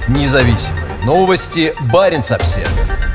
Независимые новости. Баренц-Обсервер.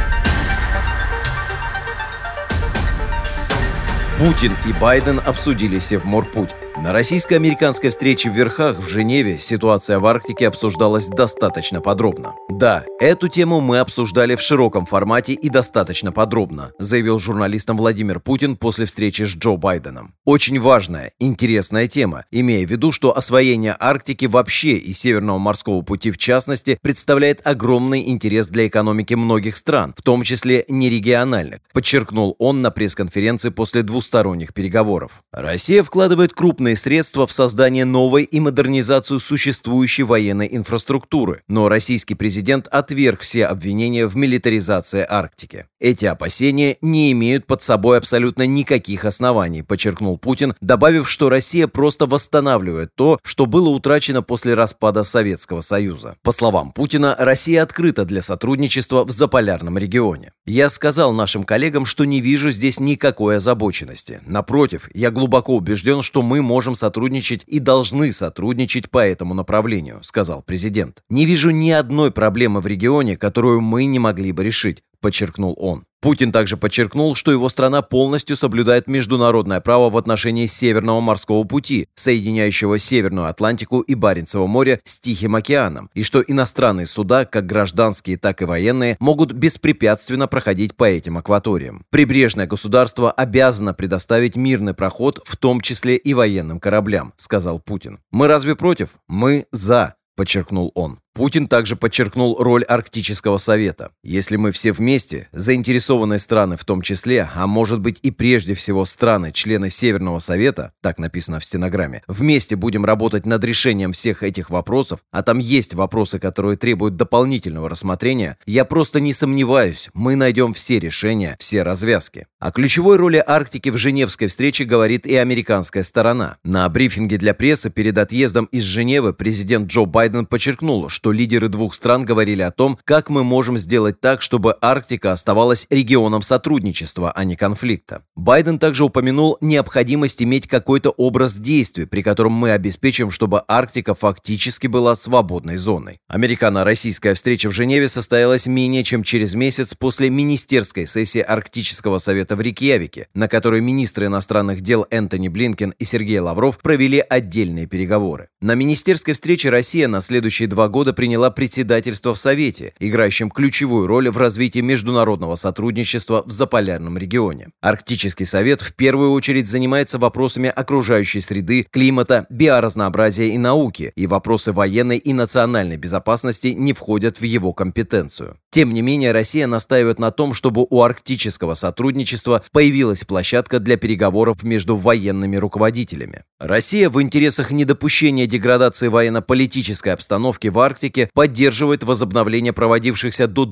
Путин и Байден обсудили Севморпуть. На российско-американской встрече в Верхах в Женеве ситуация в Арктике обсуждалась достаточно подробно. Да, эту тему мы обсуждали в широком формате и достаточно подробно, заявил журналистам Владимир Путин после встречи с Джо Байденом. Очень важная, интересная тема, имея в виду, что освоение Арктики вообще и Северного морского пути в частности представляет огромный интерес для экономики многих стран, в том числе нерегиональных, подчеркнул он на пресс-конференции после двусторонних переговоров. Россия вкладывает крупные средства в создание новой и модернизацию существующей военной инфраструктуры, но российский президент отверг все обвинения в милитаризации Арктики. Эти опасения не имеют под собой абсолютно никаких оснований, подчеркнул Путин, добавив, что Россия просто восстанавливает то, что было утрачено после распада Советского Союза. По словам Путина, Россия открыта для сотрудничества в заполярном регионе. «Я сказал нашим коллегам, что не вижу здесь никакой озабоченности. Напротив, я глубоко убежден, что мы можем сотрудничать и должны сотрудничать по этому направлению», сказал президент. «Не вижу ни одной проблемы в регионе, которую мы не могли бы решить», подчеркнул он. Путин также подчеркнул, что его страна полностью соблюдает международное право в отношении Северного морского пути, соединяющего Северную Атлантику и Баренцево море с Тихим океаном, и что иностранные суда, как гражданские, так и военные, могут беспрепятственно проходить по этим акваториям. Прибрежное государство обязано предоставить мирный проход, в том числе и военным кораблям, сказал Путин. «Мы разве против? Мы за», подчеркнул он. Путин также подчеркнул роль Арктического совета. «Если мы все вместе, заинтересованные страны в том числе, а может быть и прежде всего страны, члены Северного совета, так написано в стенограмме, вместе будем работать над решением всех этих вопросов, а там есть вопросы, которые требуют дополнительного рассмотрения, я просто не сомневаюсь, мы найдем все решения, все развязки». О ключевой роли Арктики в Женевской встрече говорит и американская сторона. На брифинге для прессы перед отъездом из Женевы президент Джо Байден подчеркнул, что лидеры двух стран говорили о том, как мы можем сделать так, чтобы Арктика оставалась регионом сотрудничества, а не конфликта. Байден также упомянул необходимость иметь какой-то образ действий, при котором мы обеспечим, чтобы Арктика фактически была свободной зоной. Американо-российская встреча в Женеве состоялась менее чем через месяц после министерской сессии Арктического совета в Рейкьявике, на которой министры иностранных дел Энтони Блинкен и Сергей Лавров провели отдельные переговоры. На министерской встрече Россия на следующие 2 года приняла председательство в Совете, играющем ключевую роль в развитии международного сотрудничества в заполярном регионе. Арктический совет в первую очередь занимается вопросами окружающей среды, климата, биоразнообразия и науки, и вопросы военной и национальной безопасности не входят в его компетенцию. Тем не менее, Россия настаивает на том, чтобы у арктического сотрудничества появилась площадка для переговоров между военными руководителями. Россия в интересах недопущения деградации военно-политической обстановки в Арктике поддерживает возобновление проводившихся до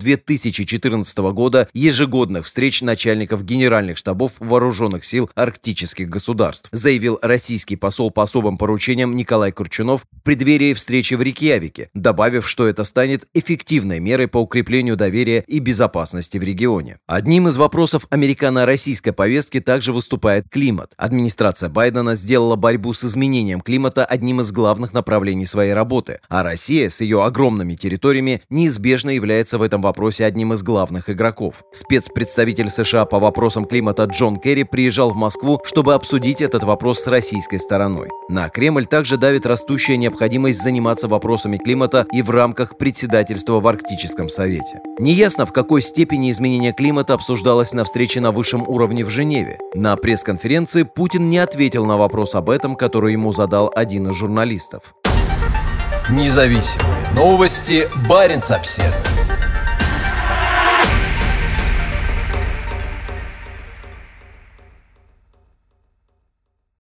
2014 года ежегодных встреч начальников генеральных штабов вооруженных сил арктических государств, заявил российский посол по особым поручениям Николай Курчунов в преддверии встречи в Рейкьявике, добавив, что это станет эффективной мерой по укреплению доверия и безопасности в регионе. Одним из вопросов американо-российской повестки также выступает климат. Администрация Байдена сделала борьбу с изменением климата одним из главных направлений своей работы, а Россия с ее огромными территориями неизбежно является в этом вопросе одним из главных игроков. Спецпредставитель США по вопросам климата Джон Керри приезжал в Москву, чтобы обсудить этот вопрос с российской стороной. На Кремль также давит растущая необходимость заниматься вопросами климата и в рамках председательства в Арктическом совете. Неясно, в какой степени изменение климата обсуждалось на встрече на высшем уровне в Женеве. На пресс-конференции Путин не ответил на вопрос об этом, который ему задал один из журналистов. Независимые новости. Баренц-Обсервер.